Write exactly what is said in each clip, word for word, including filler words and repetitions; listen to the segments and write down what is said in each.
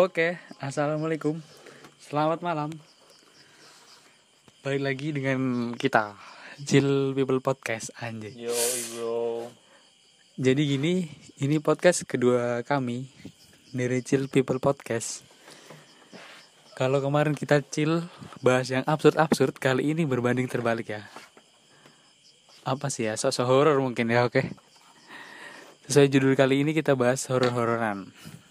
Oke, assalamualaikum. Selamat malam. Balik lagi dengan kita Chill People Podcast anjay. Yo bro. Jadi gini, ini podcast kedua kami dari Chill People Podcast. Kalau kemarin kita chill bahas yang absurd-absurd, kali ini berbanding terbalik ya. Apa sih ya? Sok-sok horor mungkin ya, oke. Sesuai judul kali ini kita bahas horor-hororan.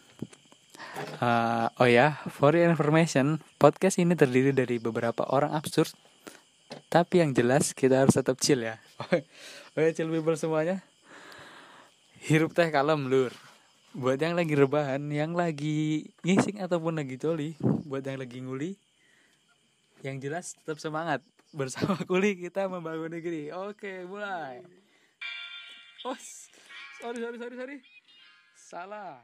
Uh, oh ya, for your information, podcast ini terdiri dari beberapa orang absurd, tapi yang jelas kita harus tetap chill ya. Oh ya, chill people semuanya. Hirup teh kalem lur. Buat yang lagi rebahan, yang lagi ngising ataupun lagi joli, buat yang lagi nguli, yang jelas tetap semangat. Bersama kuli kita membangun negeri. Oke, mulai. Oh, sorry sorry sorry sorry. Salah.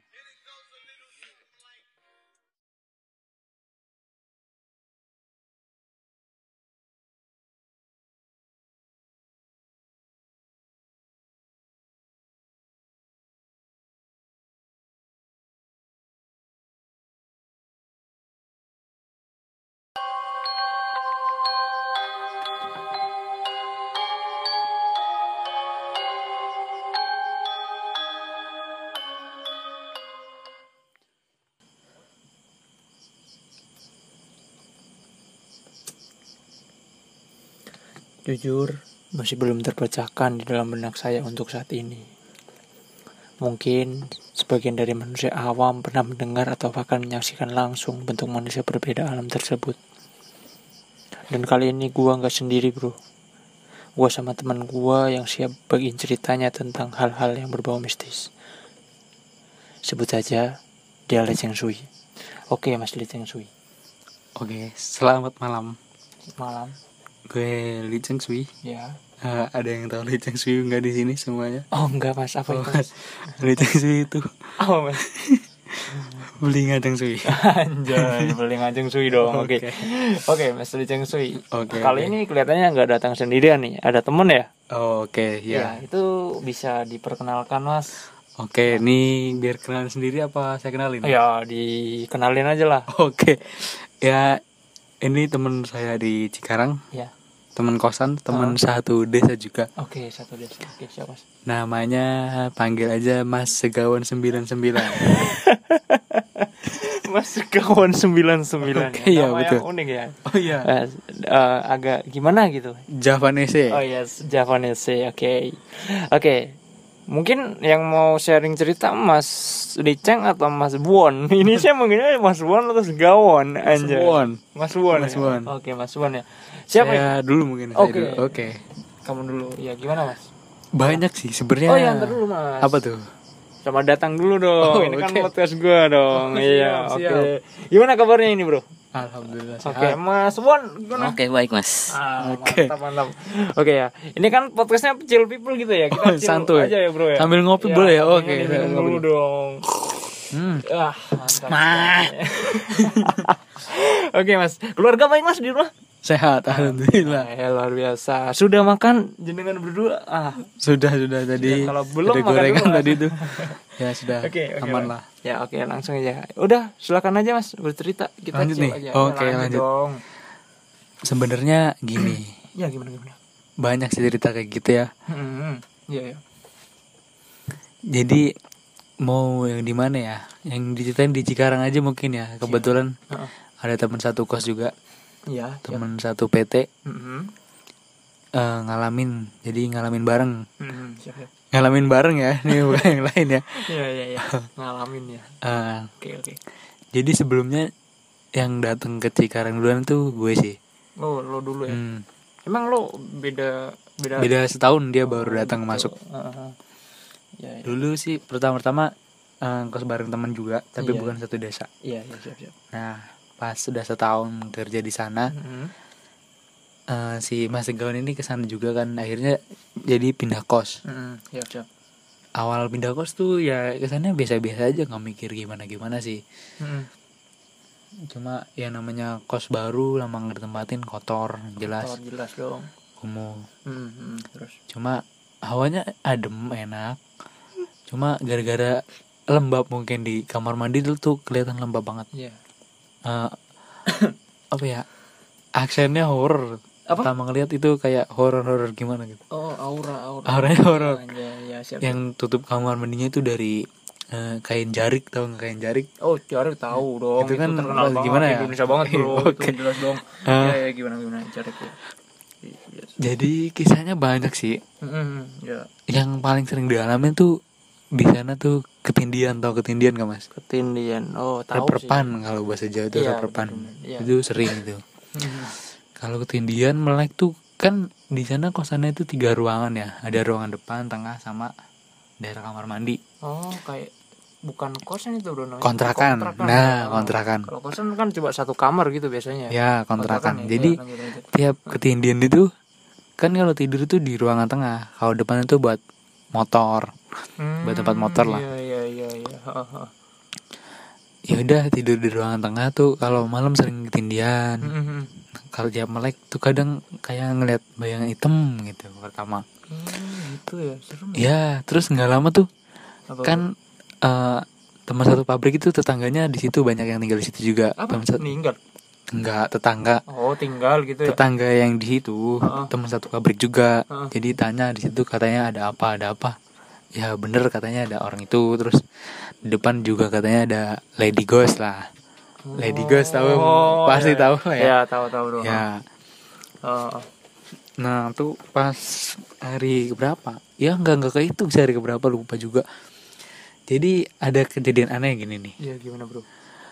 Jujur, masih belum terpecahkan di dalam benak saya untuk saat ini. Mungkin sebagian dari manusia awam pernah mendengar atau bahkan menyaksikan langsung bentuk manusia berbeda alam tersebut. Dan kali ini gua gak sendiri bro. Gua sama teman gua yang siap bagiin ceritanya tentang hal-hal yang berbau mistis. Sebut saja dia Lee Cheng Sui. Oke Mas Lee Cheng Sui. Oke, selamat malam. Malam. Gue Lee Cheng Sui. Ya. Uh, ada yang tahu Lee Cheng Sui nggak di sini semuanya? Oh enggak mas, apa oh, itu? Mas. Lee Cheng Sui itu Apa mas? beli ngajeng sui. Anjay, beli ngajeng sui dong. Oke. Oke, okay. okay, Mas Lee Cheng Sui. Okay, Kali okay. ini kelihatannya nggak datang sendirian nih, ada temen ya? Oh, oke, okay, ya. Ya. Itu bisa diperkenalkan mas. Oke, okay, ini biar kenalin sendiri apa saya kenalin? Ya, dikenalin aja lah. Oke, okay. Ya ini teman saya di Cikarang. Ya. Teman kosan, teman oh. satu desa juga. Oke, okay, satu desa. Oke, okay, siapa? Namanya panggil aja Mas Segawan sembilan sembilan. Mas Segawan sembilan sembilan. Oke, okay, ya, betul. Unik ya. Oh iya. Uh, uh, agak gimana gitu? Javanese. Oh yes, Javanese. Oke. Okay. Oke. Okay. Mungkin yang mau sharing cerita Mas Lee Cheng atau Mas Won. Ini saya manggilnya Mas Won atau Segawon anjay. Mas Won. Mas Won. Mas Won. Ya? Oke, Mas Won ya. Siapa saya ya? dulu mungkin. Oke. Okay. Oke. Okay. Kamu dulu. Ya, gimana, Mas? Banyak sih sebenarnya. Oh, ya, dulu, Mas. Apa tuh? Selamat datang dulu dong. Oh, ini okay. Kan podcast gua dong. Oh, iya, oke. Okay. Gimana kabarnya ini, Bro? Alhamdulillah. Oke, okay, Mas Won gimana? Oke, okay, baik, Mas. Ah, okay. Mantap, mantap. Oke okay, ya. Ini kan podcastnya chill people gitu ya. Kita oh, chill santuy aja ya, Bro ya. Sambil ngopi ya, boleh ya? Oke. Okay. Dulu dong. Hmm. Ah, mantap. Nah. Oke, okay, Mas. Keluarga baik, Mas, di rumah? Sehat, alhamdulillah. Ya, luar biasa. Sudah makan jenengan berdua? Ah, sudah sudah tadi. Ya, kalau belum ada gorengan dulu, tadi itu. Ya sudah. Oke, okay, okay, aman lah. Ya, oke, okay, langsung aja. Udah, silakan aja, Mas, bercerita. Kita lanjut nih. Aja. Oke, okay, ya, lanjut. Dong. Sebenarnya gini. Ya, gimana gimana? Banyak sih cerita kayak gitu ya. Heeh. Iya, ya. Jadi mau yang di mana ya? Yang diceritain di Cikarang aja mungkin ya. Kebetulan uh-uh. ada teman satu kos juga. Iya, teman satu P T. Mm-hmm. Uh, ngalamin, jadi ngalamin bareng. Mm-hmm. Siap, siap. Ngalamin bareng ya, ini bukan yang lain ya. Iya, iya, iya. Ngalamin ya. Oke, uh, oke. Okay, okay. Jadi sebelumnya yang datang ke Cikarang duluan tuh gue sih. Oh, lo dulu ya. Hmm. Emang lo beda beda beda setahun dia oh, baru datang gitu. masuk. Uh-huh. Ya, ya. Dulu sih pertama-tama uh, kos bareng teman juga, tapi iya, bukan satu desa. Iya, iya, siap, siap. Nah, pas sudah setahun kerja di sana, mm-hmm. uh, si Mas Segawan ini kesana juga kan, akhirnya jadi pindah kos. Mm-hmm. Siap, siap. Awal pindah kos tuh ya kesana biasa-biasa aja, nggak mikir gimana-gimana sih. Mm-hmm. Cuma ya namanya kos baru, lama nggak ditempatin, kotor, jelas. Kotor jelas dong. Kumuh. Mm-hmm. Terus. Cuma hawanya adem, enak. Cuma gara-gara lembab mungkin di kamar mandi dulu tuh kelihatan lembab banget. Iya. Eh, apa ya? Aksennya horor. Apa? Pertama ngeliat itu kayak horor-horor gimana gitu. Oh, aura, aura. Auranya horor. Ya, ya, siap. Yang tutup kamar mandinya itu dari eh, kain jarik, tau nggak kain jarik? Oh, jarik tahu dong. Itu kan terkenal banget gimana ya? Indonesia banget, Bro. Oke. Itu jelas dong. Ah. Ya, ya, gimana gimana jarik ya. Yes. Jadi kisahnya banyak sih. Mm-hmm. Ya. Yang paling sering dialamin tuh di sana tuh ketindian, tau ketindian gak mas? Ketindian. Oh, tahu Reperpan kalau bahasa Jawa itu Iya, reperpan. betul-betul. Iya. Itu sering itu. sih. Kalau ketindian melek tuh kan di sana kosannya itu tiga ruangan ya. Ada ruangan depan, tengah, sama daerah kamar mandi. Oh, kayak bukan kosan itu bro namanya. Kontrakan. Nah, Oh. kontrakan. Kalau kosan kan cuma satu kamar gitu biasanya. Ya, kontrakan. ya? Jadi Iya, lanjut, lanjut. tiap ketindian itu kan kalau tidur itu di ruangan tengah. Kalau depan itu buat motor. Hmm, buat tempat motor lah. Iya iya iya iya. Ha, ha. Ya udah tidur di ruangan tengah tuh kalau malam sering ketindian. Hmm, Kalau jam melek tuh kadang kayak ngeliat bayangan hitam gitu pertama. hmm, itu ya serem. Ya, terus nggak lama tuh Apa, kan eh, teman satu pabrik itu tetangganya di situ banyak yang tinggal di situ juga. apa? Teman satu Meninggal. enggak tetangga. Oh, tinggal gitu ya. Tetangga yang di situ Heeh. teman satu pabrik juga. Heeh. Jadi tanya di situ katanya ada apa, ada apa. Ya bener katanya ada orang itu. Terus di depan juga katanya ada Lady Ghost lah. Lady Ghost tahu Oh, pasti iya, tahu lah ya. Iya, tahu tahu dong. Ya. Oh, oh. Nah tuh pas hari berapa? Ya nggak nggak kehitung sih hari keberapa, lupa juga. Jadi ada kejadian aneh gini nih. Iya, gimana, Bro?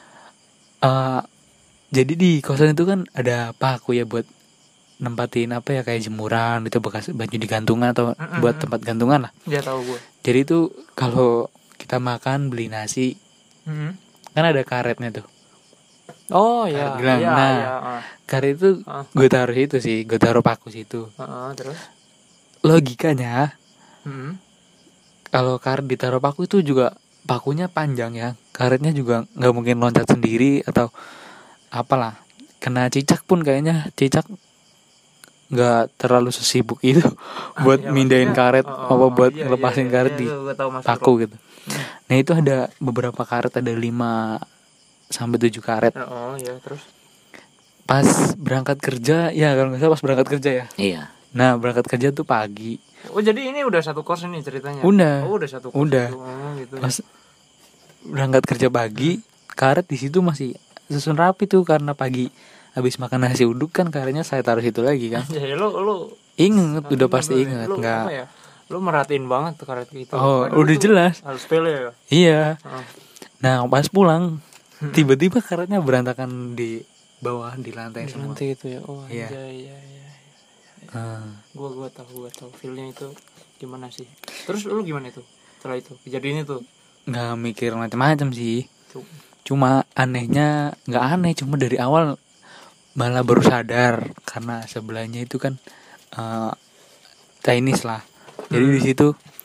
Eh jadi di kosan itu kan ada paku ya buat nempatin apa ya kayak jemuran itu bekas baju digantungan atau Mm-mm. buat tempat gantungan lah. Iya, tahu gue. Jadi itu kalau kita makan beli nasi Hmm. kan ada karetnya tuh. Oh, iya. Karet gelang. Iya, Nah, iya. ah. karet itu Ah. gue taruh situ sih, gue taruh paku situ. Ah, ah, terus? Logikanya Hmm. kalau karet ditaruh paku itu juga pakunya panjang ya, karetnya juga nggak mungkin loncat sendiri atau apalah. Kena cicak pun kayaknya cicak nggak terlalu sesibuk itu buat Ya, mindahin maksudnya, karet oh, apa oh, buat iya, ngelepasin iya, karet iya, di iya, gua tahu maksud paku lo. gitu. Nah itu ada beberapa karet, ada lima sampai tujuh karet. Oh, iya, terus? Pas berangkat kerja ya, kalau nggak salah pas berangkat kerja ya. Iya. Nah berangkat kerja tuh pagi. Oh, jadi ini udah satu kos ini ceritanya? Udah. Oh, udah satu kos. Udah. Itu. Oh, gitu. Pas berangkat kerja pagi, karet di situ masih susun rapi tuh karena pagi habis makan nasi uduk kan karetnya saya taruh situ lagi kan. Ya, lo lo Ingat, udah pasti ingat, lo, nggak? apa ya? Lo merhatiin banget tuh karet gitu. Oh, Padahal udah itu jelas. Harus pele ya. Iya. Oh. Nah pas pulang tiba-tiba karetnya berantakan di bawah di lantai Di semua. lantai itu ya. Oh, Iya. iya iya iya. Ah. Gua gua tahu gua tahu feelnya itu gimana sih. Terus lu gimana itu? Setelah itu kejadian itu. Nggak mikir macam-macam sih. Tuh. Cuma anehnya nggak aneh, cuma dari awal malah baru sadar karena sebelahnya itu kan uh, Chinese lah. Jadi di situ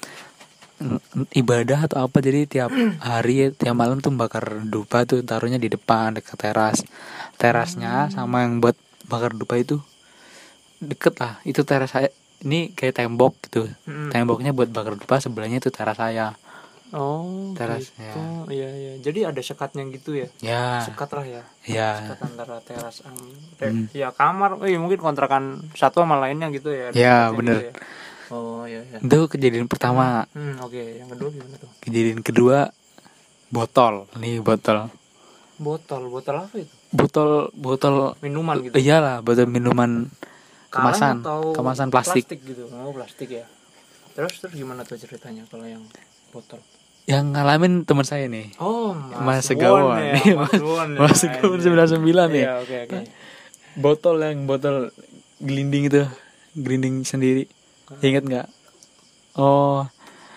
mm, ibadah atau apa, jadi tiap hari tiap malam tuh bakar dupa tuh taruhnya di depan dekat teras. Terasnya sama yang buat bakar dupa itu deket lah. Itu teras saya. Ini kayak tembok gitu. Mm. Temboknya buat bakar dupa, sebelahnya itu teras saya. Oh, Teras, gitu. Iya iya. Jadi ada sekatnya gitu ya. Ya. Sekat lah ya. Ya. Sekat antara teras am, Hmm. ya kamar. Oh, iya, mungkin kontrakan satu sama lainnya gitu ya. ada Ya, sekatnya bener. gitu ya. Oh, iya iya. Itu kejadian pertama. Hmm, oke. Yang kedua gimana tuh? Kejadian kedua botol. Nih botol. Botol, botol apa itu? Botol botol Minuman gitu. iyalah, botol minuman kemasan, Kaleng atau kemasan plastik. gitu. Oh, plastik ya. Terus terus gimana tuh ceritanya kalau yang botol? Yang ngalamin teman saya nih. Oh, Mas Mas Segawon Won ya, nih, Mas Won ya. Mas Segawon sembilan puluh sembilan nih. Iya, oke oke. Botol yang botol gelinding itu, gelinding sendiri. Ingat nggak? Oh,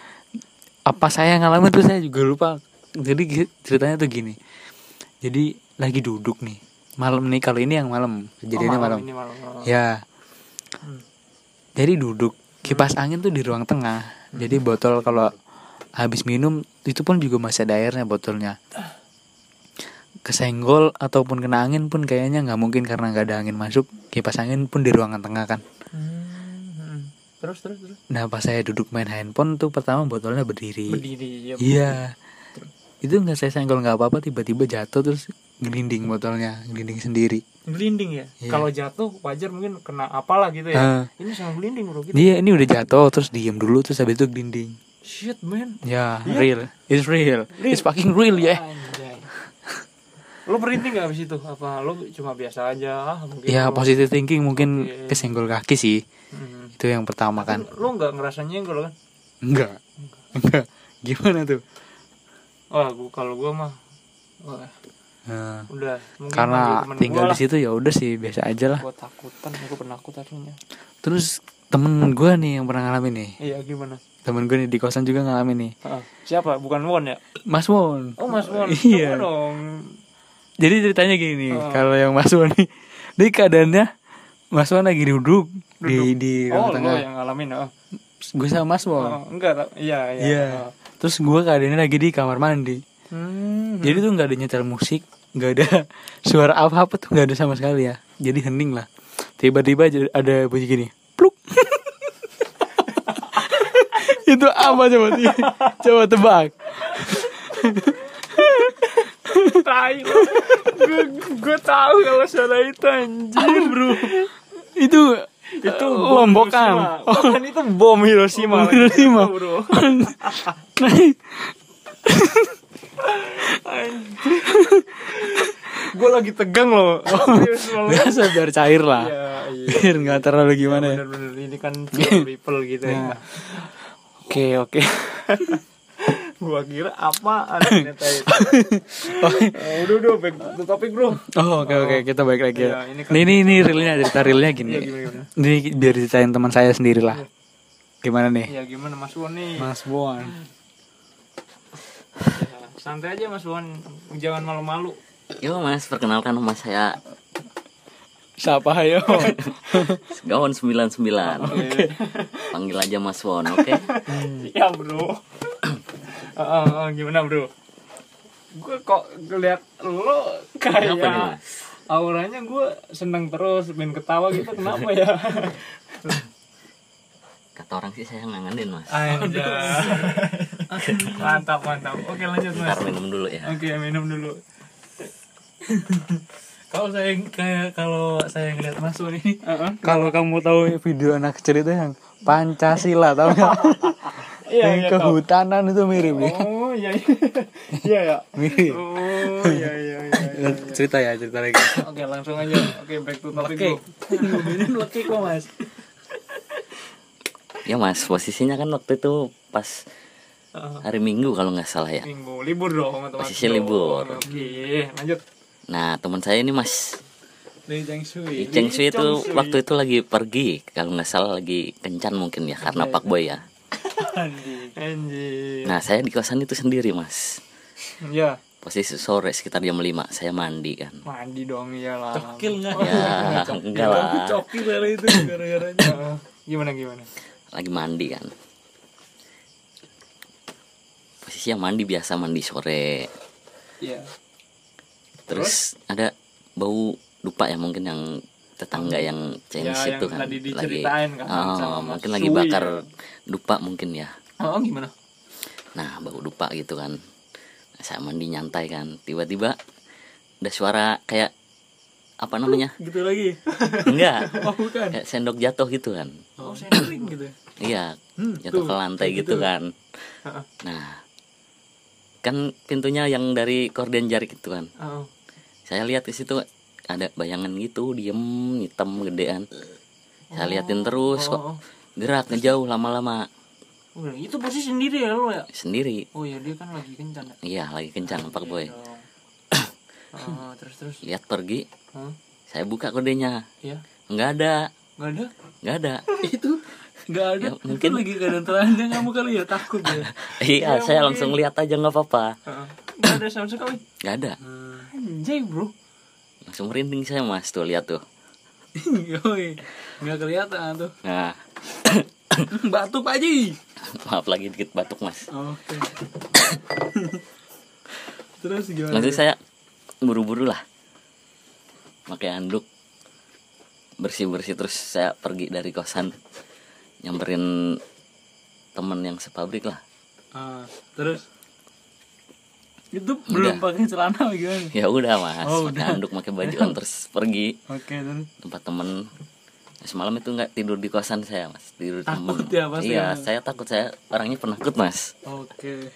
apa saya ngalamin tuh saya juga lupa. Jadi gi- ceritanya tuh gini. Jadi lagi duduk nih, malam nih, kalau ini yang malam, kejadiannya Oh, malam. Ini malam. Oh. Ya. Hmm. Jadi duduk, kipas angin tuh di ruang tengah. Jadi botol kalau habis minum itu pun juga masih ada airnya botolnya. Kesenggol ataupun kena angin pun kayaknya nggak mungkin karena nggak ada angin masuk. Kipas angin pun di ruangan tengah kan. Hmm. Terus terus terus. Nah pas saya duduk main handphone tuh pertama botolnya berdiri. Berdiri ya. Iya. Itu nggak saya senggol nggak apa-apa, tiba-tiba jatuh terus gelinding botolnya, gelinding sendiri. Gelinding ya. Iya. Kalau jatuh wajar mungkin kena apalah gitu ya. Ah. Ini sama gelinding bro gitu. Dia ini udah jatuh terus diem dulu terus habis itu gelinding. Shit man. Ya, Iya. real. It's real. Real. It's fucking real ya. Anjay. Lo berhenti nggak abis itu? Apa lo cuma biasa aja? Ah, mungkin Ya, lo- positive thinking mungkin Oke. kesenggol kaki sih. Hmm. Itu yang pertama kan. Lo nggak ngerasa nyenggol kan? Enggak. Enggak. Gimana tuh? Wah, gua kalau gua mah, wah, Nah, udah. Mungkin karena manggil temen tinggal gua di situ ya udah sih biasa aja lah. Gua takutan, gua penakut aslinya. Terus temen gue nih yang pernah ngalamin nih. Iya gimana? Temen gue nih di kosan juga ngalamin nih. Heeh. Siapa? Bukan Won ya? Mas Won. Oh Mas Won. Iya. Coba dong. Jadi ceritanya gini nih, Oh. kalau yang Mas Won nih, di keadaannya Mas Won lagi duduk, di Duduk. di Oh, ruang lo tengah. yang ngalamin. Oh. Gue sama Mas Won. Oh, enggak, ta- iya, iya. Iya. Oh. Terus gue keadaannya lagi di kamar mandi. Hmm. Jadi tuh nggak ada nyetel musik, nggak ada suara apa-apa tuh nggak ada sama sekali ya. Jadi hening lah. Tiba-tiba jadi ada bunyi gini, pluk. Itu apa coba? Coba tebak. tai lo. Gue gue tahu kalau suara itu anjir, bro. Itu Itu bom lombokan. Hiroshima. Bukan itu bom Hiroshima. Bom Hiroshima. bro. Nah, Gue lagi tegang loh. Serius loh. biasa biar cair lah. Iya, iya. Biar nggak terlalu gimana ya. Bener-bener ini kan ripple gitu ya. Nah. Oke oke. Gua kira apaan ternyata itu. Eh, udah udah back to topic bro. Oh oke oke kita balik lagi Iya, ya. ini Ini kan- ini, ini realnya cerita realnya gini. Iya, gimana, gimana? Ini biar diceritain teman saya sendiri lah. Gimana nih? Ya gimana Mas Won nih? Mas Won. Ya, santai aja Mas Won, jangan malu-malu. Yo mas, perkenalkan nama saya Siapa ayo? Gawon sembilan sembilan. Oke. Panggil aja Mas Won, oke? Ya bro. Heeh, heeh, gimana bro? Gue kok ngeliat lo kayak Kenapa nih, Mas? auranya gue seneng terus, main ketawa gitu, kenapa ya? Kata orang sih saya ngangenin mas. Anjay. Mantap mantap. Oke lanjut mas. Ntar minum dulu ya. Oke minum dulu. Kalau saya kayak kalau saya ngeliat Mas Won ini, Heeh. kalau kamu tahu video anak kecil itu yang Pancasila, tahu nggak? Iya Yang iya. tahu. kehutanan itu mirip ya. Oh iya iya. Iya ya. Mirip. Oh iya iya iya. iya. Cerita ya, cerita lagi. Oke langsung aja. Oke back to topic Oke. bro. Ngomongin leki kok Mas. Ya mas, posisinya kan waktu itu pas Heeh. hari Minggu kalau nggak salah ya. Minggu libur dong teman-teman. Posisi libur. Oke lanjut. Nah teman saya ini mas Dari Cheng Shui. Cheng Shui itu Cheng Shui. waktu itu lagi pergi, kalau nggak salah lagi kencan mungkin ya karena Pak Boy ya. Anjir. Nah saya di kosan itu sendiri mas. Ya Posisi sore sekitar jam lima saya mandi kan. mandi dong iyalah. Cokil nggak? Ya enggak lah. Cokil kali itu gara-garanya. Heeh. Gimana gimana? Lagi mandi kan. Posisinya mandi biasa mandi sore. Iya. Terus ada bau dupa ya mungkin yang tetangga yang Chinese Ya, itu yang kan tadi diceritain kan oh, sama Mas mungkin lagi Sui, bakar ya. dupa mungkin ya. Oh gimana? Nah bau dupa gitu kan. Nah, saya mandi nyantai kan. Tiba-tiba ada suara kayak apa namanya? Gitu lagi. Enggak. Oh bukan. Kayak sendok jatuh gitu kan. Oh sendring gitu. Iya. Hmm, Jatuh tuh, ke lantai kayak gitu gitu. kan. Heeh. Nah kan pintunya yang dari korden jarik itu kan. Oh. Saya lihat di situ ada bayangan gitu diem hitam gedean. Saya liatin terus kok Oh, oh. gerak ngejauh lama-lama Udah, itu posisi sendiri ya lo ya? sendiri. Oh ya dia kan lagi kencan ya. Iya lagi kencang Pak Boy. Dong. Oh, terus terus. Lihat pergi, Hah? saya buka kodenya, Iya. nggak ada, Nggak ada? nggak ada. Itu nggak ada. Ya, mungkin- Itu lagi keadaan telanjang kamu kali ya takut ya. Iya Ya, saya mungkin. langsung lihat aja nggak apa-apa, Heeh. Nggak ada sama sekali. nggak ada. Anjay bro. Langsung merinding saya mas tuh lihat tuh. Yoi, nggak kelihatan tuh. Nah Batuk Pak Haji. maaf lagi dikit batuk mas. Oke. Terus gimana? Langsung saya buru-buru lah, pakai handuk bersih-bersih terus saya pergi dari kosan, nyamperin temen yang sepabrik lah. Ah, terus Itu belum pakai celana gimana? Ya udah mas, Oh, pakai udah. handuk, pakai baju kan terus pergi Oke, terus tempat temen. Semalam itu nggak tidur di kosan saya mas, tidur di temen. Takut ya, pasti Iya, ya? saya takut, saya orangnya penakut mas. oke.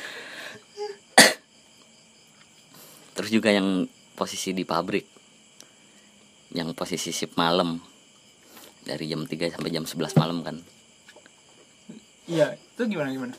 Terus juga yang posisi di pabrik, yang posisi shift malam dari jam tiga sampai jam sebelas malam kan. Iya, itu gimana gimana?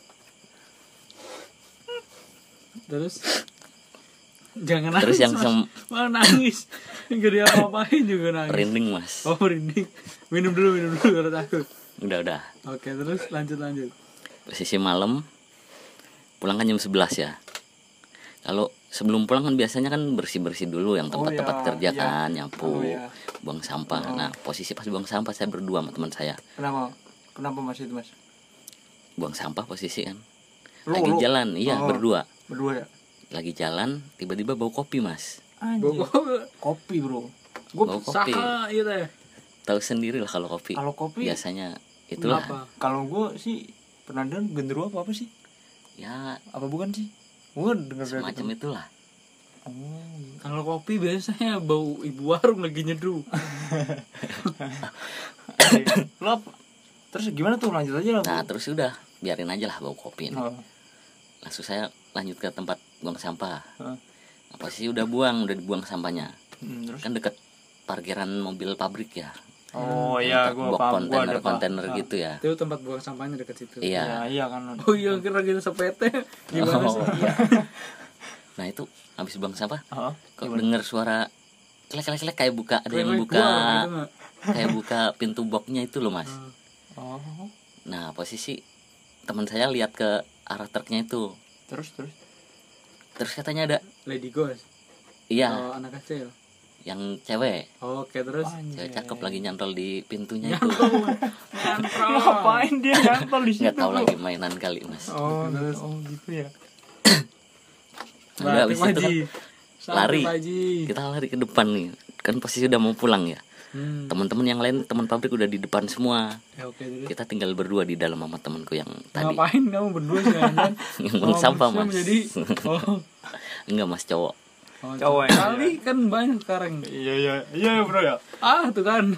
Terus jangan nangis. Terus yang Mas. sem- Malah nangis. Enggak diapa-apain juga nangis. Rinding mas. Oh, merinding. Minum dulu, minum dulu karena takut. Udah udah. Oke, terus lanjut lanjut. Posisi malam, pulang kan jam sebelas ya. Kalau sebelum pulang kan biasanya kan bersih-bersih dulu yang tempat-tempat iya, kerja iya. kan, nyapu, Oh, iya. buang sampah. Oh. Nah, posisi pas buang sampah saya berdua sama teman saya. Kenapa? Kenapa mas itu mas? Buang sampah posisi kan. Lu, Lagi lu? jalan, iya Oh. berdua. Berdua ya? Lagi jalan, tiba-tiba bau kopi, Mas. Anjir. Kopi bro. Gue Bau kopi. Saha itu ya. Tahu sendiri lah kalau kopi. kalau kopi Biasanya itulah. Kenapa? kalau gue sih pernah dengar genderuwo apa apa sih? Ya, Apa bukan sih? Gue dengar dari semacam temen. itulah. Oh. Kalau kopi biasanya bau ibu warung lagi nyeduh. Lo apa? Terus gimana tuh, lanjut aja lah. Nah, terus udah biarin aja lah bau kopi ini. Oh. Langsung saya lanjut ke tempat buang sampah. Heeh. Nah, posisi udah buang, udah dibuang sampahnya. Hmm, terus? Kan deket parkiran mobil pabrik ya. Oh iya, Tempat gue box paham. Gua ada kontainer-kontainer paham. gitu ya. Itu tempat buang sampahnya dekat situ. Iya, Iya. iya kan. Oh iya, kira kita sepete. Gimana Oh, sih? iya. Nah, itu habis buang sampah, Heeh. kok denger suara klek-klek-klek kayak buka, ada yang Kayak buka, gua gitu nggak? kayak buka pintu boxnya itu loh, Mas. Oh. Nah, posisi teman saya lihat ke arah truknya itu. Terus terus. Terus katanya ada, Lady Ghost. iya, Oh, anak kecil. yang cewek, Oke, terus cewek cakep lagi nyantol di pintunya itu. nyantol. Ngapain dia nyantol di situ? Nggak tahu bro? lagi mainan kali, Mas. Oh, terus. Oh gitu ya. Udah habis itu kan lari. Paji. Kita lari ke depan nih. Kan posisi udah mau pulang ya. Hmm. Teman-teman yang lain, teman pabrik udah di depan semua. Ya, oke, terus. Kita tinggal berdua di dalam sama temanku yang tadi. Ngapain kamu berdua sih anjing? Yang buang sampah, Mas. Menjadi oh, Enggak, Mas, cowok. oh Cowok ya. kali kan banyak sekarang. Iya iya iya bro ya. Ah, tuh kan.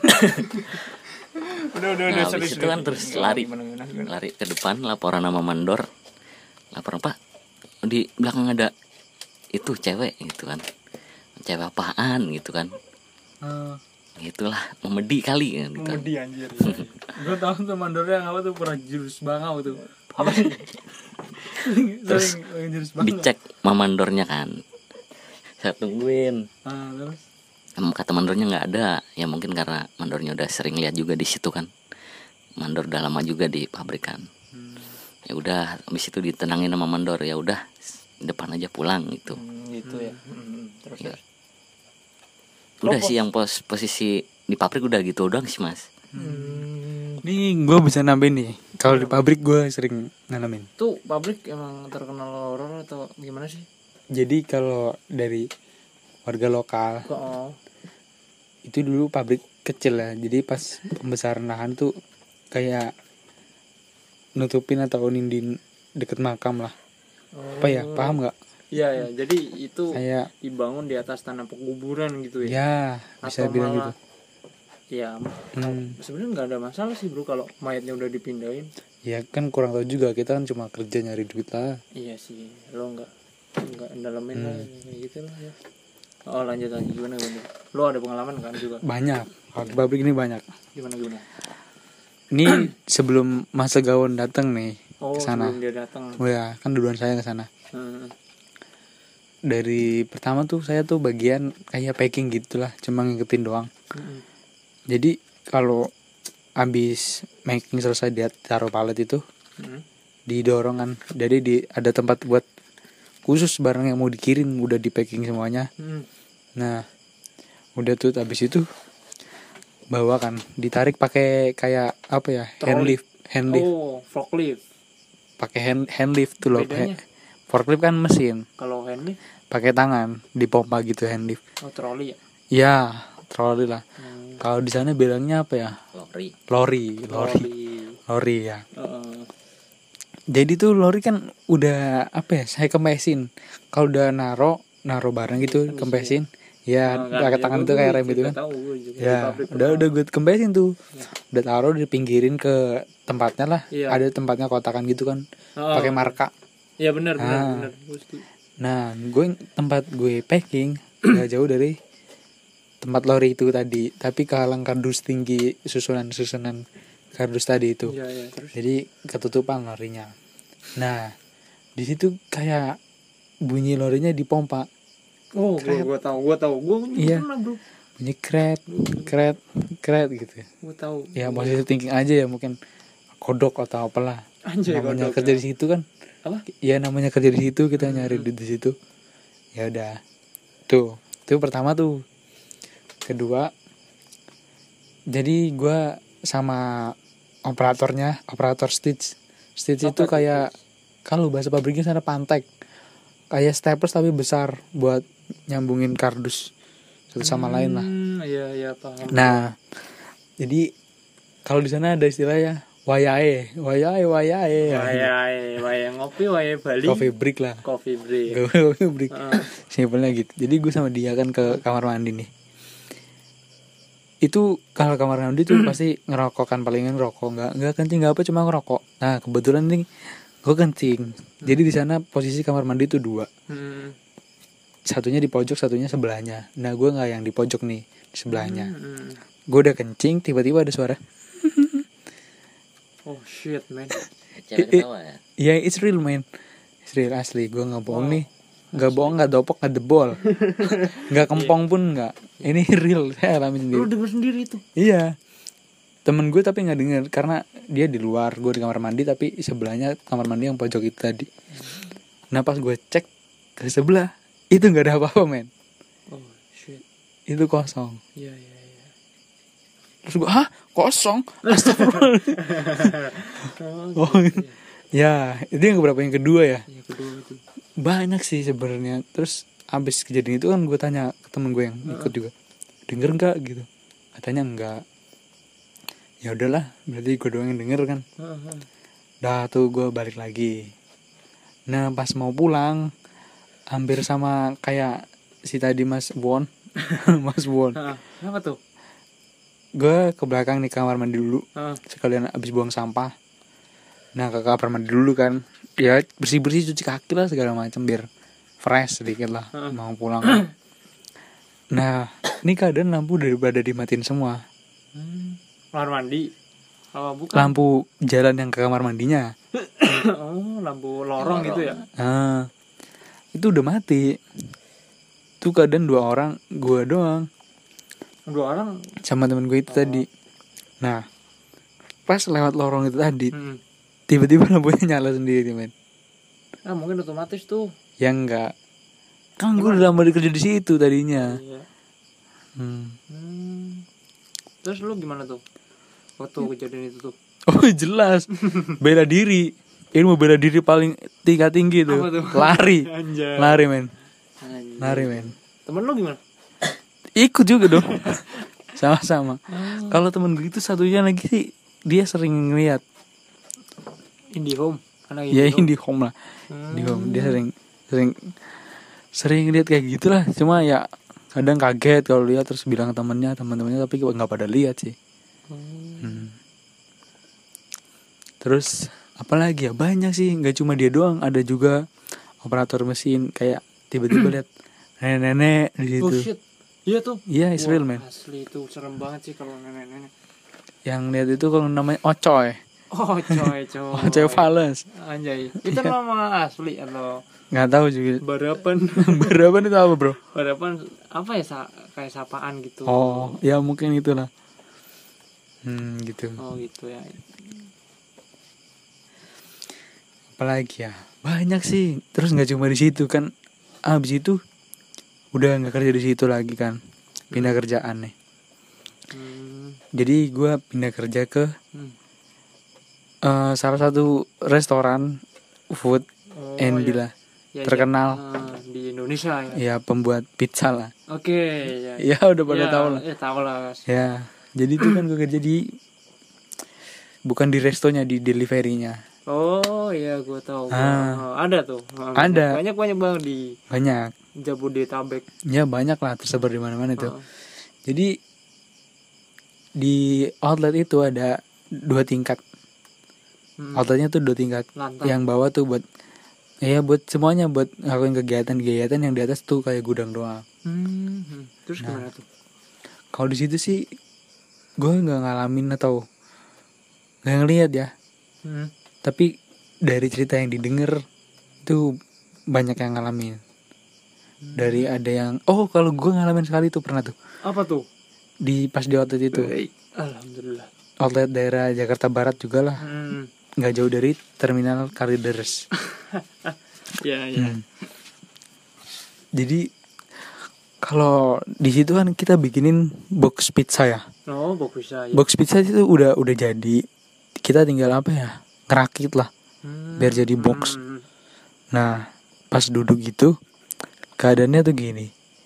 Udah udah Nah, udah habis serius. itu kan terus lari. Gimana, gimana, gimana? Lari ke depan, laporan sama mandor. Laporan, Pak, di belakang ada itu cewek gitu kan. Cewek apaan gitu kan. Eh, Itulah memedi kali kan gitu. Memedi anjir. gue tahu tuh mandornya yang apa tuh, pernah jurus bangau tuh. Apa sih? Sering, Terus sering jurus bangau. Dicek sama mandornya kan. Saya tungguin. Ah, terus Kata mandornya nggak ada. Ya mungkin karena mandornya udah sering lihat juga di situ kan. Mandor udah lama juga di pabrik kan. hmm. Ya udah, habis itu ditenangin sama mandor, ya udah depan aja pulang gitu. Hmm, gitu ya. Hmm, terus Iya. terus. Udah Lo sih yang pos posisi di pabrik udah gitu doang sih, Mas. Hmm. Nih gue bisa nambahin nih. Kalau di pabrik gue sering nanamin. Tuh pabrik emang terkenal horor atau gimana sih? Jadi kalau dari warga lokal Kok oh. itu dulu pabrik kecil ya. Jadi pas pembesaran lahan tuh kayak nutupin atau nindin deket makam lah. Apa ya? Paham nggak? Iya ya, jadi itu Kayak dibangun di atas tanah pekuburan gitu ya. ya bisa Atau bilang malah- gitu. Ya, Hmm. sebenarnya nggak ada masalah sih bro kalau mayatnya udah dipindahin. Ya kan kurang tahu juga, kita kan cuma kerja nyari duit lah. Iya sih, lo nggak nggak dalamin lah Hmm. kayak gitu lah ya. Oh lanjut lagi gimana gimana? Lo ada pengalaman kan juga? Banyak. Kalau di pabrik ini banyak. Gimana gimana? Ini sebelum masa gawon datang nih Oh ke sana. sebelum dia datang. Oh ya, kan duluan saya ke sana. Hmm. Dari pertama tuh saya tuh bagian kayak packing gitulah, cuma ngikutin doang. Hmm. Jadi kalau habis making selesai dia taruh palet itu Hmm. didorong kan. Jadi di ada tempat buat khusus barang yang mau dikirim, udah di packing semuanya. Hmm. Nah, udah tuh habis itu bawa kan, ditarik pakai kayak apa ya? Hand Troli. lift, hand lift. Oh forklift. Pakai hand hand lift tuh loh. Bedanya? Forklift kan mesin, Kalau handlift, pakai tangan, dipompa gitu hand lift. oh troli ya. Ya, troli lah. Hmm. Kalau di sana bilangnya apa ya? Lori. Lori, lori, Troli. lori ya. Heeh. Jadi tuh lori kan udah apa ya? Saya kempesin. Kalau udah naro naro barang gitu, kempesin. Ya, Oh, pakai kan, tangan ya, tuh gua- kayak gua rem gitu juga kan. tahu, gua juga di Ya, pabrik udah pernah. udah gue kempesin tuh. Ya. Udah taruh dipinggirin ke tempatnya lah. Iya. Ada tempatnya kotakan gitu kan. Oh, Pakai marka. Iya benar benar Ah. benar. Gua setuju. Nah, gue tempat gue packing gak jauh dari tempat lori itu tadi, tapi kehalang kardus tinggi susunan-susunan kardus tadi itu. Iya iya terus. Jadi ketutupan lorinya. Nah, di situ kayak bunyi lorinya dipompa. Oh, gua Kret. gua tahu, gua tahu. Gua Iya. pernah, Bro. Bunyi kret, kret, kret gitu. Gua tahu. Ya positive thinking aja ya, mungkin kodok atau apalah. Anjay, Namanya kodok, kerja ya. di situ kan. Apa? Ya namanya kerja di situ, kita Hmm. nyari duit di situ. Ya udah. Tuh, itu pertama tuh. Kedua, jadi gua sama operatornya, operator stitch. Stitch itu Apa kayak kalau bahasa pabriknya sana pantek. Kayak staples tapi besar buat nyambungin kardus satu sama lain lah. Hmm, iya iya paham. Nah, jadi kalau di sana ada istilahnya wayahe, wayahe, wayahe. Wayai, wayai ngopi, wayai Bali. Coffee break lah. Coffee break. Coffee break. Heeh. Simpelnya gitu. Jadi gue sama dia kan ke kamar mandi nih. Itu kalau kamar mandi tuh pasti ngerokok kan, palingan ngerokok, nggak nggak kencing nggak apa, cuma ngerokok. Nah kebetulan nih gue kencing. Jadi di sana posisi kamar mandi tuh dua. Hmm. Satunya di pojok, satunya sebelahnya. Nah gue nggak yang di pojok nih, di sebelahnya. Hmm. Gue udah kencing, tiba-tiba ada suara. Oh shit, man. Cewek Eh, eh. ketawa ya. Ya it's real man, it's real asli. Gue nggak bohong Wow. nih, nggak bohong, nggak dopok, nggak debol, nggak kempong pun nggak. Ini real, saya alami sendiri. Lu denger sendiri tuh. Iya, temen gue tapi nggak denger karena dia di luar, gue di kamar mandi, tapi sebelahnya kamar mandi yang pojok itu tadi. Nah pas gue cek ke sebelah, itu nggak ada apa-apa men, Oh shit. itu kosong. Iya iya iya. Terus gue, hah kosong? Astagfirullah. Oh, Oh, ya itu yang keberapa, yang kedua ya. yang kedua itu. Banyak sih sebenarnya. Terus abis kejadian itu kan gue tanya ke temen gue yang ikut juga, denger nggak gitu? Katanya enggak. Ya udahlah, berarti gue doang yang denger kan. Heeh. Dah tuh gue balik lagi. Nah pas mau pulang, hampir sama kayak si tadi Mas Won. Mas Won. Heeh. Apa tuh? Gue ke belakang nih kamar mandi dulu, Heeh. sekalian abis buang sampah. Nah ke kamar mandi dulu kan, ya bersih bersih, cuci kaki lah segala macam biar fresh sedikit lah mau pulang. Nah ini keadaan lampu daripada dimatiin semua, Hmm. Kamar mandi. Oh, bukan. lampu jalan yang ke kamar mandinya, Oh, lampu lorong gitu ya. nah itu udah mati. Tuh keadaan dua orang, gue doang Dua orang. sama temen gue itu tadi. Nah pas lewat lorong itu tadi, Hmm. tiba-tiba lampunya nyala sendiri men. Ah, mungkin otomatis tuh. Ya enggak, kan gue udah lama kerja di situ tadinya. Iya. hmm. Hmm. Terus lu gimana tuh? Waktu kejadian itu tuh. Oh jelas, bela diri, ilmu bela diri paling tingkat tinggi tuh. Apa tuh? Lari, Anjay. lari men, Anjay. lari men. Temen lu gimana? Ikut juga dong, sama-sama. Kalau temen gue itu satunya lagi sih, dia sering ngeliat, Indihome. Anak ya Indihome. di home lah, Hmm. di home dia sering, sering, sering lihat kayak gitulah. Cuma ya kadang kaget kalau lihat terus bilang ke temennya, teman-temannya tapi nggak pada lihat sih. Hmm. Hmm. Terus apalagi ya, banyak sih, nggak cuma dia doang, ada juga operator mesin kayak tiba-tiba lihat nenek-nenek di situ. Oh shit. Iya tuh. Iya, it's Wah, real man. Asli itu serem banget sih kalau nenek-nenek. Yang lihat itu kalau namanya Ocoy, Oh coy coy. Ocoy Fales. Anjay. Itu nama asli atau Nggak tahu juga. barapan? Berapa itu apa bro? Barapan apa ya, sa- kayak sapaan gitu. Oh, ya mungkin itulah. Hmm, gitu. Oh gitu ya. Apalagi ya, banyak sih. Terus nggak cuma di situ kan. Abis itu udah nggak kerja di situ lagi kan, pindah kerjaan nih. Hmm. Jadi gue pindah kerja ke Hmm. eh, salah satu restoran food Oh, and ya. bila Ya, terkenal. ya. Ah, di Indonesia ya. ya pembuat pizza lah. Oke, ya. Ya udah pada Ya, tahu lah. Ya, tahu lah. Ya, jadi itu kan gue kerja di, bukan di restonya, di deliverynya. Oh iya, gue tahu. Ah. Oh, ada tuh. Ada. Banyak banyak banget di Banyak. Jabodetabek. Ya banyak lah tersebar di mana-mana itu. Oh. Jadi di outlet itu ada dua tingkat. Hmm. Outletnya tuh dua tingkat. Lantai. Yang bawah tuh buat ya buat semuanya, buat ngelakuin kegiatan-kegiatan. Yang di atas tuh kayak gudang doang. Hmm. hmm. Terus Nah. gimana tuh? Kalau di situ sih gue nggak ngalamin atau nggak ngeliat ya. Hmm. Tapi dari cerita yang didengar itu banyak yang ngalamin. Dari ada yang oh kalau gue ngalamin sekali tuh pernah tuh Apa tuh? di pas di outlet itu. Baik. Alhamdulillah. Outlet daerah Jakarta Barat juga lah, Hmm. nggak jauh dari terminal Kalideres. Ya ya. Hmm. Jadi kalau di situ kan kita bikinin box pizza ya. Oh, bagus ya. Box pizza itu udah udah jadi. Kita tinggal apa ya? Ngerakit lah Hmm. biar jadi box. Hmm. Nah, pas duduk gitu keadaannya tuh gini.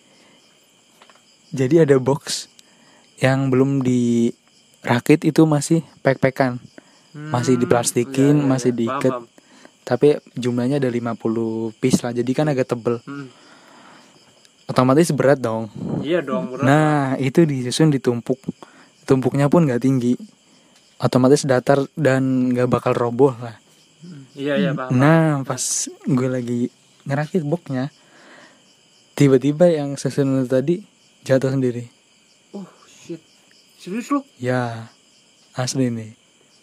Jadi ada box yang belum dirakit itu masih pek-pekan. Hmm. Masih diplastikin, Ya, ya, masih ya. diikat. Paham, paham. Tapi jumlahnya ada lima puluh piece lah. Jadi kan agak tebel. Hmm. Otomatis berat dong. Iya dong, berat. Nah, itu disusun ditumpuk. Tumpuknya pun gak tinggi. Otomatis datar dan gak bakal roboh lah. Hmm. Iya iya paham. Nah, pas gue lagi ngerakit boxnya, tiba-tiba yang susun tadi jatuh sendiri. Oh shit. Serius lu? Ya, asli nih.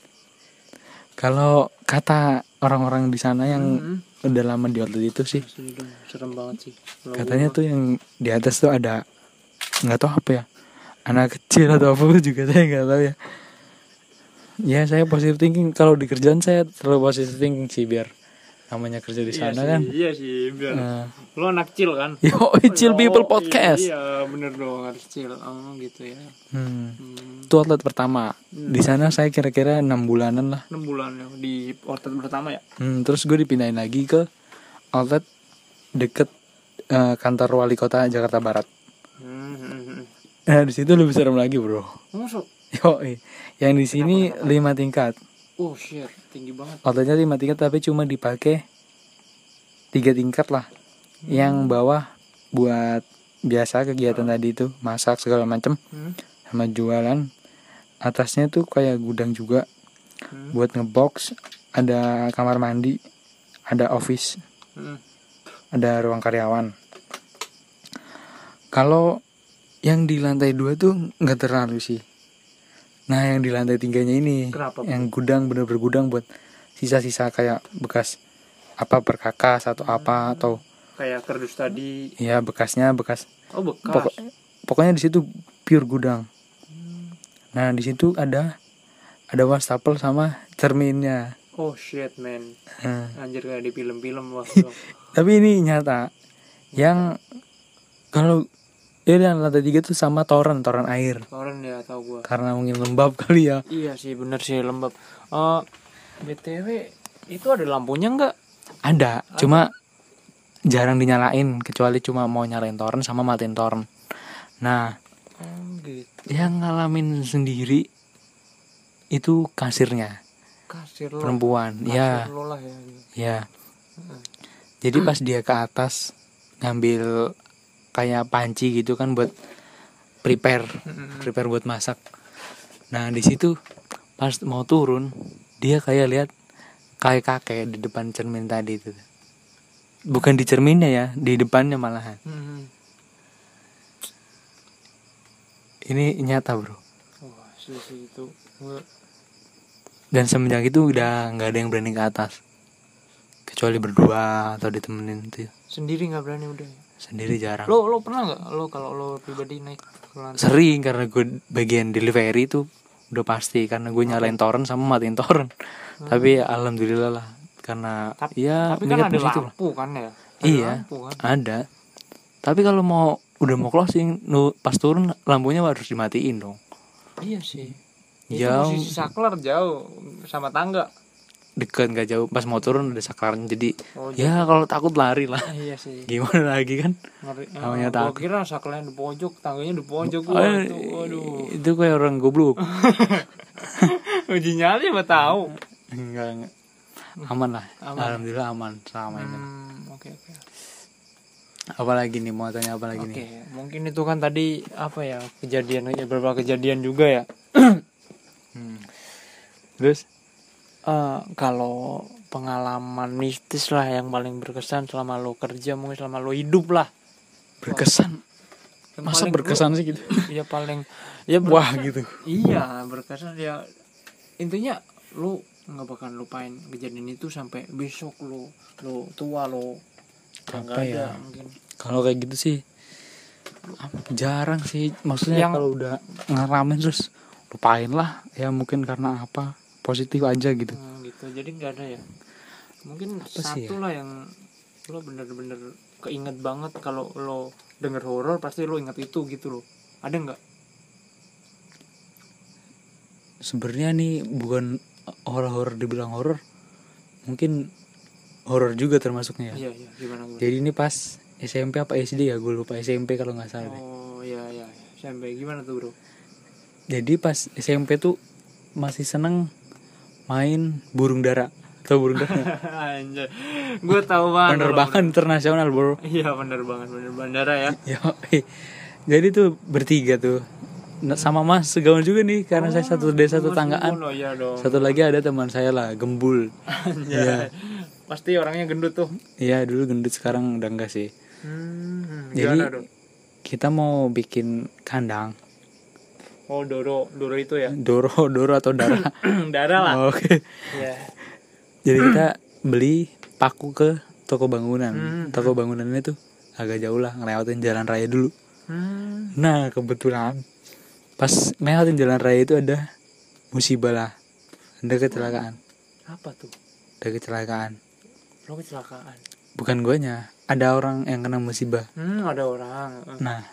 Kalau kata orang-orang di sana yang Hmm. udah lama di outlet itu sih, Asli dong, serem banget sih. Kalau katanya gua- tuh yang di atas tuh ada nggak tahu apa ya, anak kecil atau apa juga saya nggak tahu ya. Ya saya positive thinking, kalau di kerjaan saya terlalu positive thinking sih biar namanya kerja di Iya sana sih, kan. Iya sih, biar Nah, lo anak chill kan. yo chill Oh, people iya, podcast. Iya, bener dong, harus chill. Oh, gitu ya. Hmm. Hmm. Itu outlet pertama. Di sana saya kira-kira enam bulanan lah. enam bulan ya di outlet pertama ya. Hmm, terus gue dipindahin lagi ke outlet deket eh, kantor wali kota Jakarta Barat. Hmm. hmm, hmm. Nah di situ lebih serem lagi bro. Masuk. Yo, yang di sini lima tingkat. Oh shit, tinggi banget. Outletnya lima tingkat tapi cuma dipakai tiga tingkat lah. Yang bawah buat biasa kegiatan tadi itu, masak segala macem, Hmm. sama jualan. Atasnya tuh kayak gudang juga, Hmm. buat ngebox. Ada kamar mandi, ada office, Hmm. ada ruang karyawan. Kalau yang di lantai dua tuh nggak terlalu sih. Nah yang di lantai tiganya ini, Kenapa, yang gudang bener-bener gudang buat sisa-sisa kayak bekas apa berkakas atau apa atau Kayak kardus tadi. ya bekasnya bekas. Oh, bekas. Pokok, pokoknya di situ pure gudang. Nah di situ ada ada wastafel sama cerminnya. Oh shit man. Nah, Anjir kayak di film-film wah. tapi ini nyata. Yang kalau ya yang lantai tiga tuh sama toren toren air. Orang ya tahu gua. Karena mungkin lembab kali ya. Iya sih bener sih lembab. Eh B T W itu ada lampunya nggak? Ada, cuma jarang dinyalain kecuali cuma mau nyalain toren sama matiin toren. Nah, Oh gitu. yang ngalamin sendiri itu kasirnya, Kasir lo. perempuan. Kasir Ya, lo lah ya. ya. Jadi pas dia ke atas ngambil kayak panci gitu kan buat prepare, prepare buat masak. Nah, di situ pas mau turun, dia kayak lihat kayak kakek di depan cermin tadi itu. Bukan di cerminnya ya, di depannya malahan. Hmm. Ini nyata bro. Wah sih sih itu. Gua- Dan semenjak itu udah nggak ada yang berani ke atas, kecuali berdua atau ditemenin itu. Sendiri nggak berani udah. Ya? Sendiri jarang. Lo lo pernah nggak lo kalau lo pribadi naik ke lantai? Sering karena gue bagian delivery itu udah pasti karena gue nyalain toren sama matiin toren. Tapi ya, alhamdulillah lah karena Tapi, ya tapi kan niat ada positif lah. lampu kan ya. Ada Iya, lampu kan? ada. Tapi kalau mau udah mau closing, nu, pas turun lampunya harus dimatiin dong. Iya sih. Itu Jauh, posisi saklar jauh sama tangga. deket nggak jauh. Pas mau turun udah saklarnya jadi. Oh, Ya kalau takut lari lah. Ah, iya sih. Gimana lagi kan? Ngeri. Namanya Ah, gua takut. kira saklarnya di pojok, tangganya di pojok. Oh, Wah, itu, waduh. itu kayak orang goblok. Uji nyali mah tahu. Enggak, enggak. aman lah. Aman. Alhamdulillah aman selama ini. Hmm, oke oke. Apalagi nih mau tanya apa lagi Oke, nih? mungkin itu kan tadi apa ya kejadian ya beberapa kejadian juga ya. Hmm. Terus Eh, kalau pengalaman mistis lah yang paling berkesan selama lo kerja, mungkin selama lo hidup lah. berkesan. Yang Masa paling berkesan sih gitu? Iya paling ya ber- Wah gitu. iya berkesan ya, intinya lo nggak bakal lupain kejadian itu sampai besok lo lo tua lo udah nggak Apa ada ya? mungkin. Kalau kayak gitu sih jarang sih. Maksudnya Yang- kalau udah ngalamin terus lupain lah. Ya mungkin karena apa? Positif aja gitu. Hmm, gitu jadi nggak ada ya, mungkin Apa sih satu ya? lah yang lo bener-bener keinget banget. Kalau lo denger horor pasti lo inget itu gitu lo, ada nggak? Sebenarnya nih bukan horor-horor dibilang horor. Mungkin horor juga termasuknya ya. Iya iya gimana gimana? Jadi ini pas S M P apa S D ya, gue lupa. S M P kalau nggak salah deh. Oh iya iya sampai gimana tuh bro? Jadi pas S M P tuh masih seneng main burung dara. Tahu burung dara? Anjir, gue tahu banget. Penerbangan internasional bro. Iya bener banget, bener bandara ya. Ya, jadi tuh bertiga tuh Nah, sama mas segawan juga nih karena saya satu desa satu tanggaan. Oh iya dong. Satu lagi ada teman saya lah, Gembul. Iya. Pasti orangnya gendut tuh. Iya dulu gendut, sekarang udah enggak sih. Hmm, Jadi gimana dong? kita mau bikin kandang. Oh Doro, Doro itu ya. Doro, Doro atau Dara. Darah lah. Oke. Iya. Jadi kita beli paku ke toko bangunan. Hmm. Toko bangunannya tuh agak jauh lah, ngelewatin jalan raya dulu. Hmm. Nah kebetulan pas ngelewatin jalan raya itu ada musibah lah, ada kecelakaan. Apa tuh? Ada kecelakaan. Lo kecelakaan. Bukan guanya, ada orang yang kena musibah. Hmm, ada orang. Nah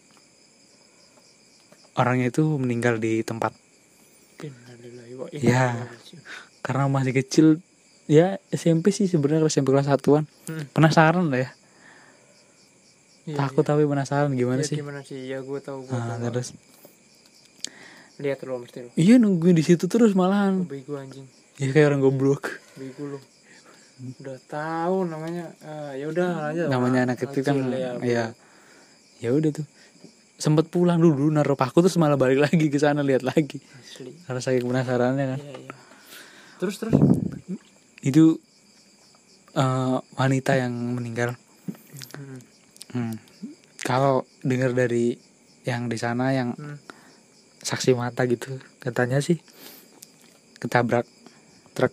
orangnya itu meninggal di tempat. Innalillahi wa inna Ya. ilaihi raji'un. Karena masih kecil. Ya S M P sih sebenarnya, S M P kelas satuan. Hmm. Penasaran lah ya. Iya, Takut iya. tapi penasaran gimana Iya, sih. Gimana sih? Ya gue tahu gue. Nah, tahu. terus Lihat lo mesti lo. iya nungguin di situ terus malahan. Oh, bego anjing. Ya kayak orang goblok. Bego lo. Udah tahu namanya. Uh, ya udah aja. Namanya anak kecil kan. ya. Ya. Ya udah tuh. Sempet pulang dulu naruh paku terus malah balik lagi ke sana lihat lagi. Asli. Karena saking penasarannya kan. Iya, iya. Terus terus. Itu eh, wanita yang meninggal. Hmm. Hmm. Kalau dengar dari yang di sana yang Hmm. saksi mata gitu, katanya sih ketabrak truk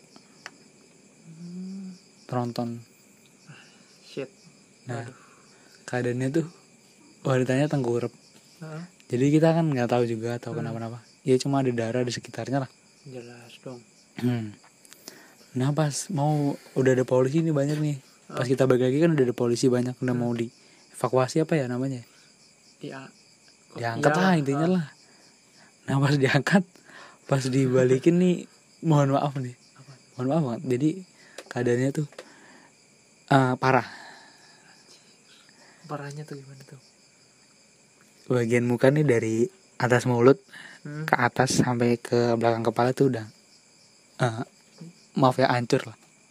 tronton. Shit. Nah, Aduh. keadaannya tuh wanitanya tengkurap. Hah? Jadi kita kan nggak tahu juga atau Hmm. kenapa-napa. Ya cuma ada darah di sekitarnya lah. Jelas dong. Hmm. Nah pas mau udah ada polisi nih banyak nih. Pas kita balik lagi kan udah ada polisi banyak, udah mau dievakuasi apa ya namanya? Iya. Diangkat Iya, lah intinya ah. lah. Nah pas diangkat, pas dibalikin nih, mohon maaf nih, Apa? mohon maaf banget. Jadi keadaannya tuh eh, parah. Parahnya tuh gimana tuh? Bagian muka nih dari atas mulut Hmm. ke atas sampai ke belakang kepala tuh udah, eh, maaf ya hancur lah.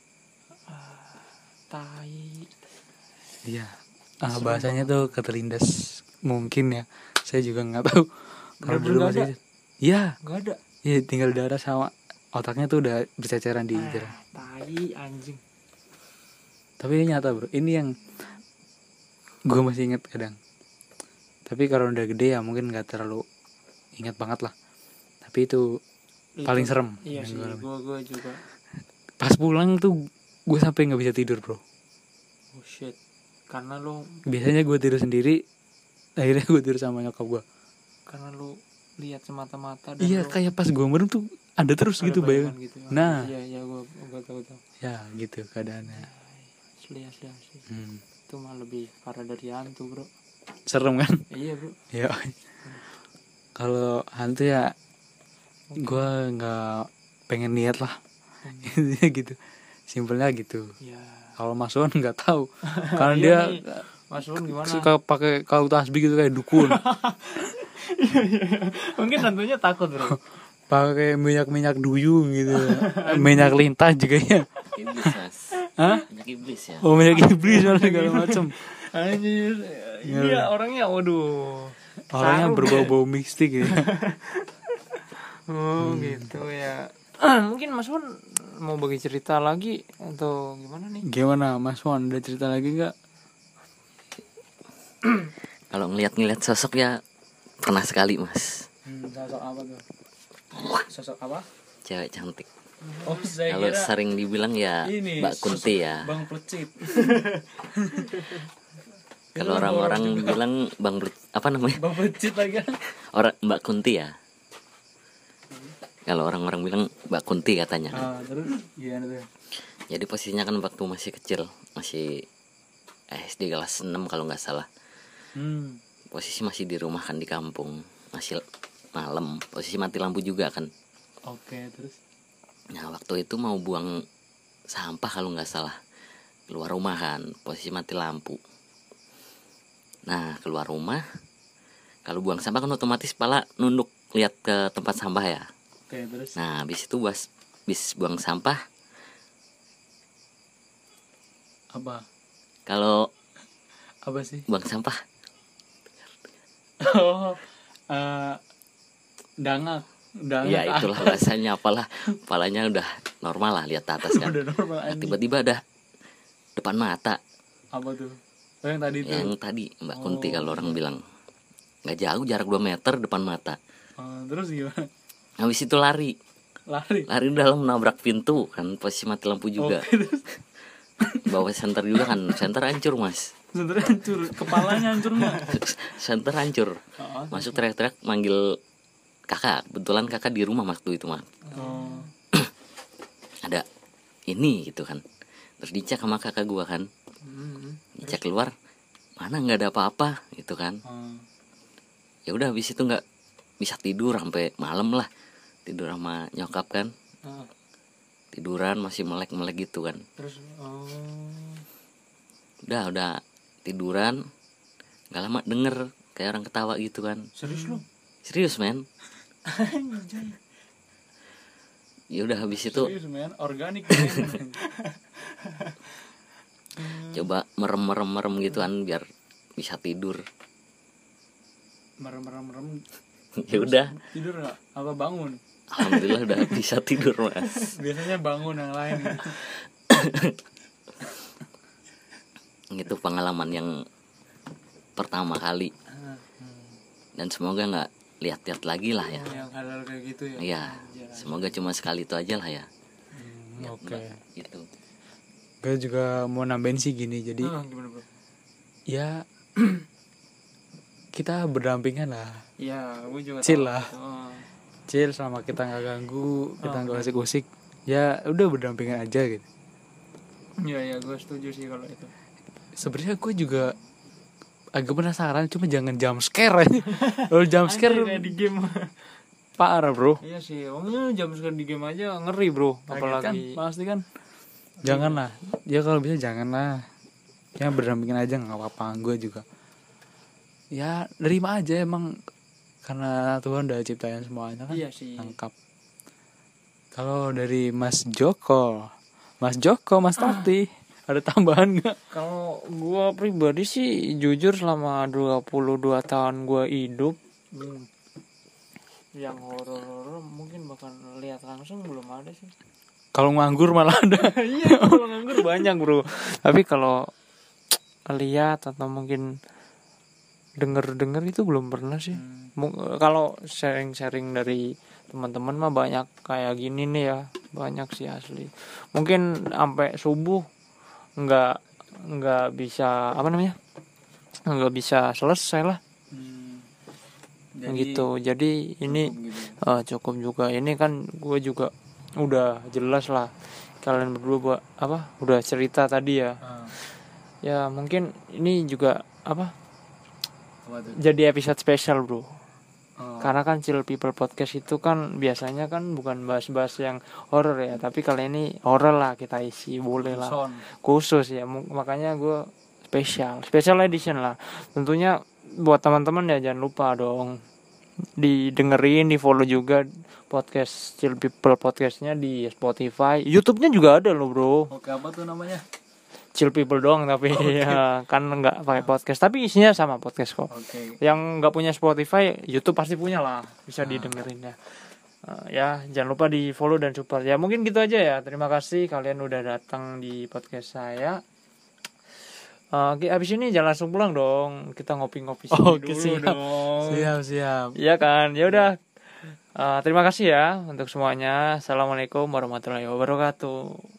Tai. Iya. Ah, bahasanya tuh keterlindas mungkin ya. Saya juga nggak tahu. Kalau Bener-bener dulu nggak masih ada? kecil. Iya, Gak ada. iya tinggal darah sama otaknya tuh udah berceceran di Ah, jalan. tai anjing. Tapi ini nyata bro. Ini yang gue masih inget kadang. Tapi kalau udah gede ya mungkin nggak terlalu ingat banget lah. Tapi itu Itu- paling serem. Iya yang sih, gua alamin. gue gue juga. Pas pulang tuh gue sampai nggak bisa tidur bro. Oh shit. Karena lo Biasanya gue tidur sendiri. Akhirnya gue tidur sama nyokap gue. karena lo lihat semata-mata dan Iya lo kayak pas gue merem tuh ada terus ada gitu bayangan bayangan. gitu. Nah. Iya iya gue gue tahu tahu. Ya gitu keadaannya. Asli asli asli. Hmm. Itu mah lebih parah dari hantu bro. Serem kan? Iya bro. Ya. Kalau hantu ya gue nggak pengen lihat lah. Intinya gitu. Simpelnya gitu. Iya. Kalau Mas Wan nggak tahu. Karena Iya dia nih. Mas Wan gimana? suka pakai kalau tasbih gitu kayak dukun. Mungkin hantunya takut bro. Pakai minyak-minyak duyung gitu. Minyak lintah juga ya. Iblis mas. Hah? Minyak iblis ya. Oh minyak iblis dan segala macam. Anjir, ini ya orangnya waduh. Orangnya Sarung. berbau-bau mistik ya. Oh gitu ya. Mungkin Mas Wan mau bagi cerita lagi atau gimana nih? Gimana Mas Wan, ada cerita lagi nggak? Kalau ngeliat-ngeliat sosok ya pernah sekali mas. Hmm, sosok apa tuh? Sosok apa? Cewek cantik. Oh saya Kalau kira sering dibilang ya ini Mbak Kunti sosok ya. Bang Plecit. Kalau orang-orang bilang Bang Ple- apa namanya? Bang Plecit lagi. Orang Mbak Kunti ya. Kalau orang-orang bilang Mbak Kunti katanya. Ah, terus gimana tuh? Jadi posisinya kan waktu masih kecil, masih S D kelas enam kalau nggak salah. Hmm. Posisi masih di rumah kan di kampung, masih malam, posisi mati lampu juga kan. Oke, terus Nah waktu itu mau buang sampah kalau nggak salah, keluar rumah kan, posisi mati lampu. Nah keluar rumah, kalau buang sampah kan otomatis kepala nunduk lihat ke tempat sampah ya. Oke, terus Nah habis itu pas bis buang sampah, apa? kalau Apa sih? buang sampah Oh, eh dangak. Dangak. ya itulah rasanya, apalah kepalanya udah normal lah lihat ke atas kan. Udah normal Nah, anjing. tiba-tiba ada depan mata Apa tuh? Oh, yang tadi tuh. yang tadi Mbak Kunti Oh, kalau orang bilang, nggak jauh, jarak dua meter depan mata. Oh, terus gimana? Habis itu lari Lari. lari dalam menabrak pintu kan, posisi mati lampu juga. Oke, terus Bawa senter juga kan, senter hancur mas. sebenarnya hancur, kepalanya hancur nggak? Senter hancur, Oh, masuk teriak-teriak manggil kakak. Kebetulan kakak di rumah waktu itu mah, oh. ada ini gitu kan. Terus dicek sama kakak gua kan, Hmm. dicek keluar, mana nggak ada apa-apa gitu kan. Oh. Ya udah habis itu nggak bisa tidur sampai malam lah, tidur sama nyokap kan, Ah, tiduran masih melek-melek gitu kan. terus oh. Udah udah tiduran, nggak lama denger kayak orang ketawa gitu kan. Serius lu? Serius men. Ya udah habis itu Serius, men, organik. Men. coba merem-merem-merem gitu kan biar bisa tidur. Merem-merem-merem. Ya udah, Tidur nggak? Apa bangun? alhamdulillah udah bisa tidur mas. Biasanya bangun yang lain. Gitu. Itu pengalaman yang pertama kali, dan semoga nggak lihat-lihat lagi lah ya. Yang hal-hal kayak gitu ya. Iya, semoga cuma sekali itu aja lah ya. Hmm, Oke. Itu. Gue juga mau nambahin sih gini. Jadi Ah, gimana bro? ya kita berdampingan lah. Ya, gue juga Chill tahu. lah. Oh. Chill selama kita nggak ganggu, kita Oh, nggak benar. usik-usik. Ya udah berdampingan aja gitu. Iya ya, gue setuju sih kalau itu. Sebenarnya gue juga agak penasaran, cuma jangan jump scare aja. Kalau jump scare Kayak di game. parah bro. Iya sih, omnya jam sekarang di game aja ngeri bro. Kaget kan? Apalagi Pasti kan. Janganlah. Ya kalau bisa janganlah. Ya berdampingan aja nggak apa-apa. Gue juga. Ya nerima aja emang, karena Tuhan udah ciptain semuanya kan. Iya sih. Lengkap. Kalau dari Mas Joko, Mas Joko, Mas Tati, ada tambahan nggak? Kalau gue pribadi sih jujur selama dua puluh dua tahun gue hidup, yang horor-horor mungkin bakal lihat langsung belum ada sih. Kalau nganggur malah ada. Iya, kalau nganggur banyak bro. Tapi kalau lihat atau mungkin denger-denger itu belum pernah sih. Mu- Kalau sharing-sharing dari teman-teman mah banyak kayak gini nih ya, banyak sih asli. Mungkin sampai subuh nggak nggak bisa apa namanya, nggak bisa selesai lah. Hmm. Gitu. Jadi ini gitu. eh, cukup juga. Ini kan gue juga udah jelas lah. Kalian berdua buat apa? Udah cerita tadi ya. Ah, Ya mungkin ini juga apa? apa tuh? Jadi episode spesial bro. Oh. Karena kan Chill People Podcast itu kan biasanya kan bukan bahas-bahas yang horor ya, tapi kali ini horor lah kita isi, boleh lah. Son. Khusus ya, mu- makanya gue spesial, special edition lah. Tentunya buat teman-teman ya jangan lupa dong didengerin, di follow juga podcast Chill People podcastnya di Spotify, YouTube-nya juga ada loh bro. Oke, apa tuh namanya? Chill People doang tapi okay. Ya kan nggak pakai podcast, tapi isinya sama podcast kok. Okay. Yang nggak punya Spotify, YouTube pasti punya lah, bisa nah. didengerin ya. Uh, ya jangan lupa di follow dan support ya. Mungkin gitu aja ya. Terima kasih kalian udah datang di podcast saya. Uh, abis ini jangan langsung pulang dong, kita ngopi-ngopi oh, dulu siap. dong. Siap siap. Iya kan, ya udah. Uh, terima kasih ya untuk semuanya. Assalamualaikum warahmatullahi wabarakatuh.